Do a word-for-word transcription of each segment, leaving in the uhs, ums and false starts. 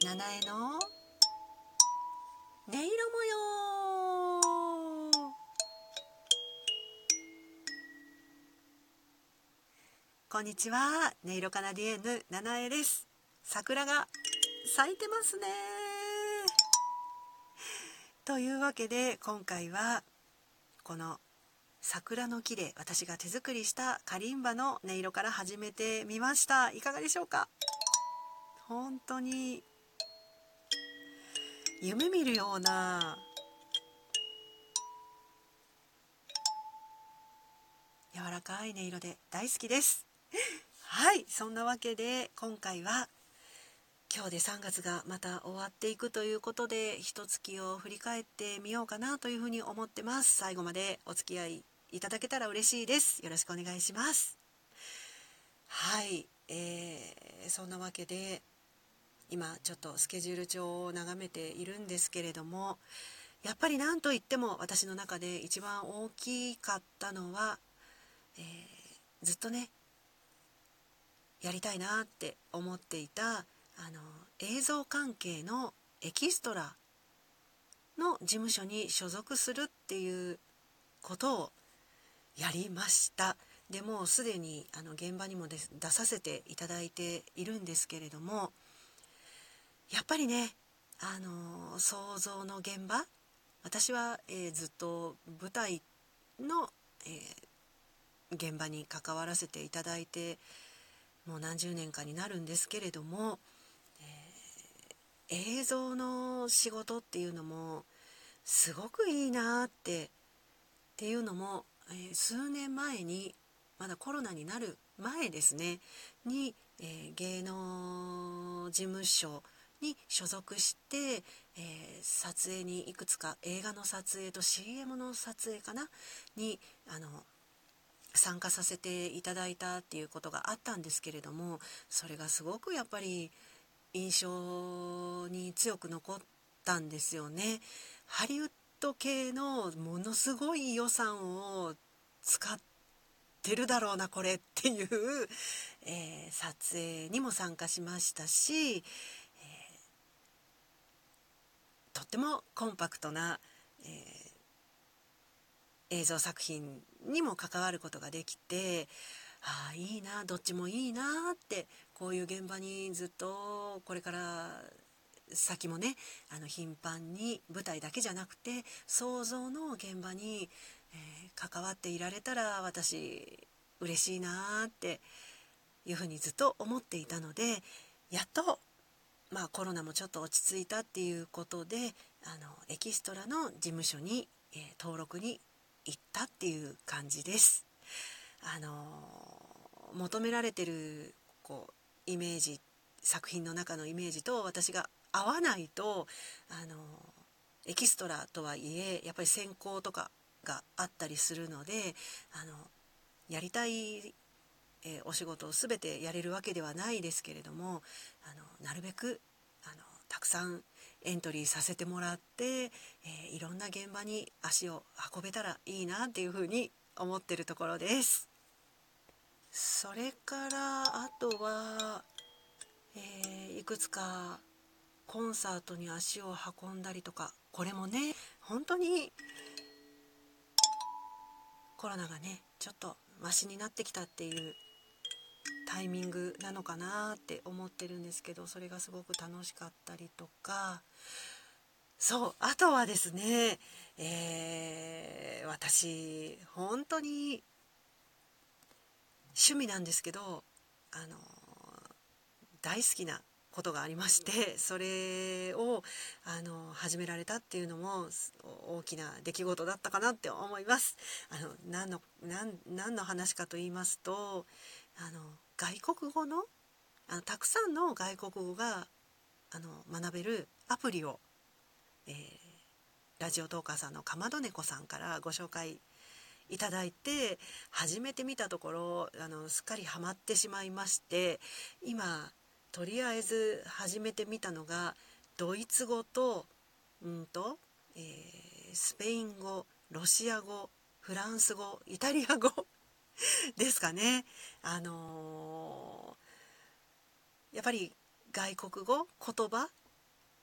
七重の音色模様。こんにちは、音色カナディエンヌ七重です。桜が咲いてますね。というわけで今回はこの桜の木で私が手作りしたカリンバの音色から始めてみました。いかがでしょうか。本当に夢見るような柔らかい音色で大好きです。はい、そんなわけで今回は今日でさんがつがまた終わっていくということで、一月を振り返ってみようかなというふうに思ってます。最後までお付き合いいただけたら嬉しいです。よろしくお願いします。はい、えー、そんなわけで今ちょっとスケジュール帳を眺めているんですけれども、やっぱり何といっても私の中で一番大きかったのは、えー、ずっとねやりたいなって思っていたあの映像関係のエキストラの事務所に所属するっていうことをやりました。でもうすでにあの現場にも出させていただいているんですけれども、やっぱりねあの想像の現場、私は、えー、ずっと舞台の、えー、現場に関わらせていただいてもう何十年かになるんですけれども、えー、映像の仕事っていうのもすごくいいなってっていうのも、えー、数年前にまだコロナになる前ですねに、えー、芸能事務所に所属して、えー、撮影にいくつか映画の撮影と シーエム の撮影かなにあの参加させていただいたっていうことがあったんですけれども、それがすごくやっぱり印象に強く残ったんですよね。ハリウッド系のものすごい予算を使ってるだろうなこれっていう、えー、撮影にも参加しましたし、えー、とってもコンパクトな、えー、映像作品にも関わることができて、ああいいな、どっちもいいなって、こういう現場にずっとこれから先もねあの頻繁に舞台だけじゃなくて想像の現場に、えー、関わっていられたら私嬉しいなっていうふうにずっと思っていたので、やっと、まあ、コロナもちょっと落ち着いたっていうことであのエキストラの事務所に、えー、登録に行ったっていう感じです。あのー、求められてるこうイメージ、作品の中のイメージと私が合わないと、あのエキストラとはいえやっぱり選考とかがあったりするので、あのやりたい、えー、お仕事を全てやれるわけではないですけれども、あのなるべくあのたくさんエントリーさせてもらって、えー、いろんな現場に足を運べたらいいなっていうふうに思ってるところです。それからあとは、えー、いくつかコンサートに足を運んだりとか、これもね本当にコロナがねちょっとマシになってきたっていうタイミングなのかなって思ってるんですけど、それがすごく楽しかったりとか、そう、あとはですね、えー、私本当に趣味なんですけど、あの大好きなことがありまして、それをあの始められたっていうのも大きな出来事だったかなって思います。あの何の何何の話かと言いますと、あの外国語のあのたくさんの外国語があの学べるアプリを、えー、ラジオトーカーさんのかまど猫さんからご紹介いただいて始めてみたところ、あのすっかりハマってしまいまして、今とりあえず始めてみたのがドイツ語と、うんと、えー、スペイン語、ロシア語、フランス語、イタリア語ですかね。あのー、やっぱり外国語、言葉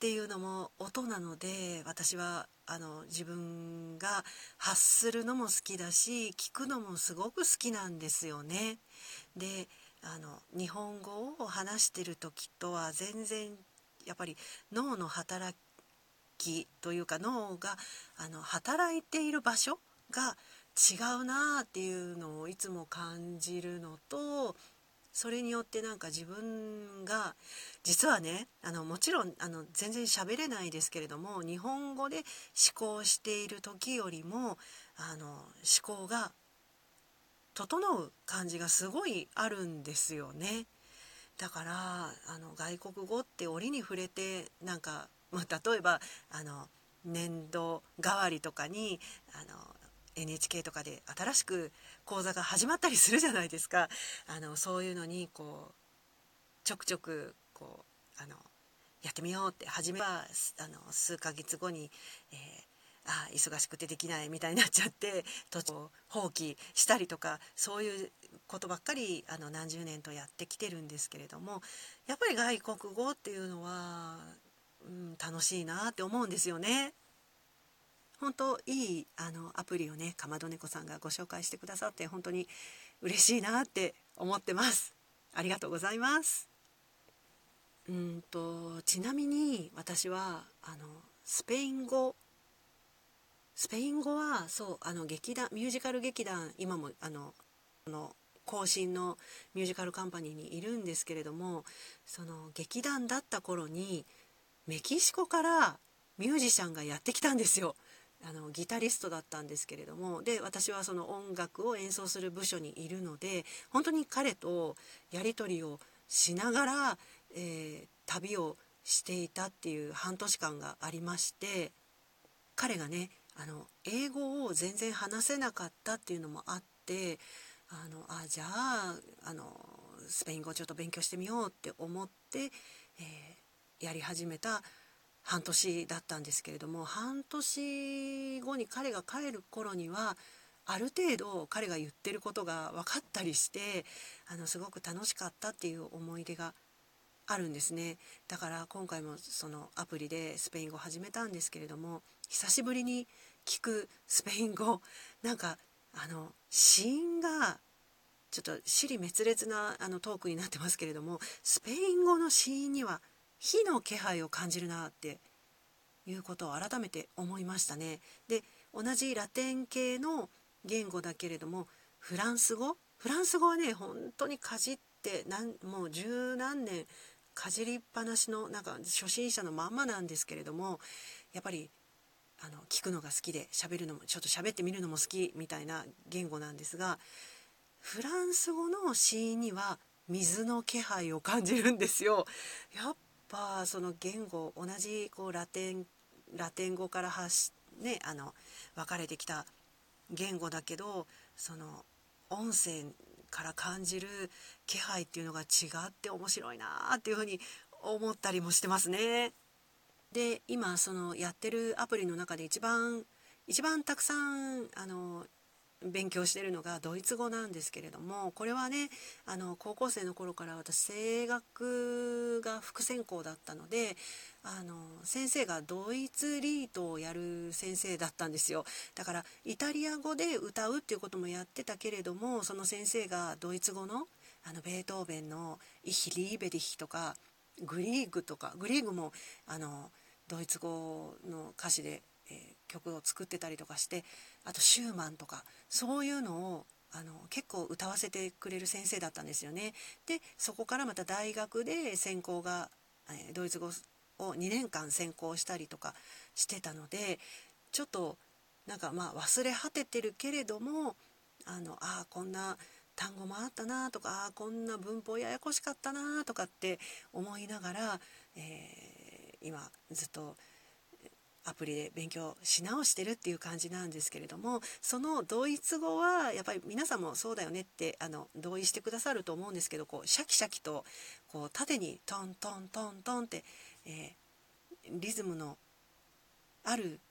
っていうのも音なので、私はあの自分が発するのも好きだし聞くのもすごく好きなんですよね。であの日本語を話してる時とは全然やっぱり脳の働きというか脳があの働いている場所が違うなっていうのをいつも感じるのと、それによってなんか自分が実はね、あのもちろんあの全然喋れないですけれども、日本語で思考している時よりもあの思考が整う感じがすごいあるんですよね。だからあの外国語って折に触れてなんか、まあ、例えばあの年度替わりとかにあの エヌエイチケー とかで新しく講座が始まったりするじゃないですか。あのそういうのにこうちょくちょくこうあのやってみようって、初めはあの数ヶ月後に、えーあ忙しくてできないみたいになっちゃって途中放棄したりとか、そういうことばっかりあの何十年とやってきてるんですけれども、やっぱり外国語っていうのは、うん、楽しいなって思うんですよね。本当いいあのアプリをね、かまど猫さんがご紹介してくださって本当に嬉しいなって思ってます。ありがとうございます。うんとちなみに私はあのスペイン語スペイン語はそうあの劇団ミュージカル劇団、今もあのあの後進のミュージカルカンパニーにいるんですけれども、その劇団だった頃にメキシコからミュージシャンがやってきたんですよ。あのギタリストだったんですけれども、で私はその音楽を演奏する部署にいるので、本当に彼とやり取りをしながら、えー旅をしていたっていう半年間がありまして、彼がねあの英語を全然話せなかったっていうのもあって、あのあじゃあ、あのスペイン語ちょっと勉強してみようって思って、えーやり始めた半年だったんですけれども、半年後に彼が帰る頃にはある程度彼が言ってることが分かったりして、あのすごく楽しかったっていう思い出があるんですね。だから今回もそのアプリでスペイン語を始めたんですけれども、久しぶりに聞くスペイン語、なんかあの子音がちょっと支離滅裂なあのトークになってますけれども、スペイン語の子音には火の気配を感じるなっていうことを改めて思いましたね。で同じラテン系の言語だけれども、フランス語フランス語はね本当にかじってなんもう十何年かじりっぱなしのなんか初心者のまんまなんですけれども、やっぱりあの聞くのが好きで喋るのもちょっと喋ってみるのも好きみたいな言語なんですが、フランス語の子音には水の気配を感じるんですよ。やっぱその言語同じこうラテンラテン語から発しねあの分かれてきた言語だけど、その音声から感じる気配っていうのが違って面白いなっていうふうに思ったりもしてますね。で今そのやってるアプリの中で一番一番たくさんあの勉強してるのがドイツ語なんですけれども、これはねあの高校生の頃から私声楽が副専攻だったので、あの先生がドイツリートをやる先生だったんですよ。だからイタリア語で歌うっていうこともやってたけれども、その先生がドイツ語のあのベートーベンの「イヒ・リーベリヒ」とかグリーグとかグリーグもあのドイツ語の歌詞で、えー曲を作ってたりとかして、あとシューマンとかそういうのをあの結構歌わせてくれる先生だったんですよね。でそこからまた大学で専攻が、えードイツ語をにねんかん専攻したりとかしてたので、ちょっとなんかまあ忘れ果ててるけれども、あのあこんな単語もあったなとか、あこんな文法ややこしかったなとかって思いながら、えー今ずっとアプリで勉強し直してるっていう感じなんですけれども、そのドイツ語はやっぱり皆さんもそうだよねってあの同意してくださると思うんですけど、こうシャキシャキとこう縦にトントントントンって、えーリズムのある、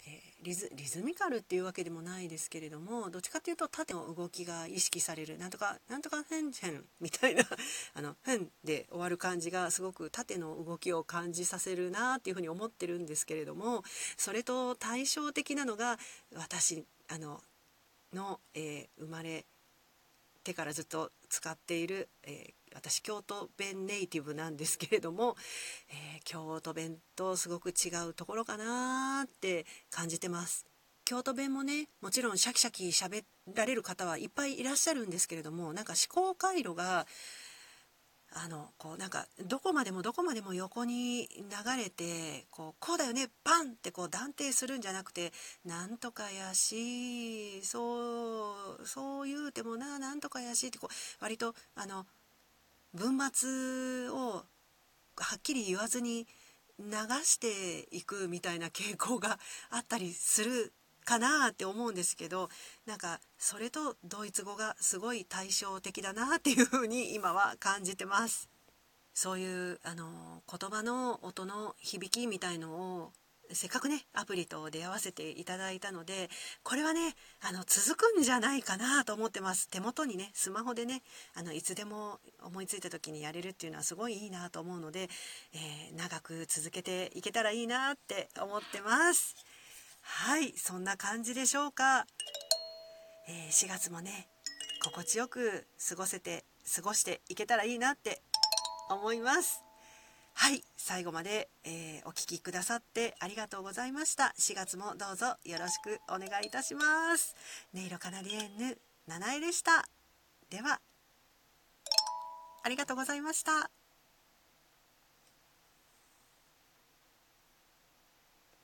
えー、リズ、リズミカルっていうわけでもないですけれども、どっちかっていうと縦の動きが意識される、なんとかなんとかへんへんみたいなあのへんで終わる感じがすごく縦の動きを感じさせるなっていうふうに思ってるんですけれども、それと対照的なのが私あのの、えー生まれてからずっと使っている、えー私京都弁ネイティブなんですけれども、えー京都弁とすごく違うところかなって感じてます。京都弁もね、もちろんシャキシャキ喋られる方はいっぱいいらっしゃるんですけれども、なんか思考回路があのこうなんかどこまでもどこまでも横に流れて、こうこうだよねパンってこう断定するんじゃなくて、なんとかやし、そうそう言うてもな、なんとかやしってこう割とあの文末をはっきり言わずに流していくみたいな傾向があったりするかなって思うんですけど、なんかそれとドイツ語がすごい対照的だなっていうふうに今は感じてます。そういうあの言葉の音の響きみたいのをせっかくねアプリと出会わせていただいたので、これはねあの続くんじゃないかなと思ってます。手元にねスマホでねあのいつでも思いついた時にやれるっていうのはすごいいいなと思うので、えー長く続けていけたらいいなって思ってます。はい、そんな感じでしょうか。えーしがつもね心地よく過ごせて過ごしていけたらいいなって思います。はい、最後まで、えーお聞きくださってありがとうございました。しがつもどうぞよろしくお願いいたします。ネイロカナディエンヌナナエでした。ではありがとうございました。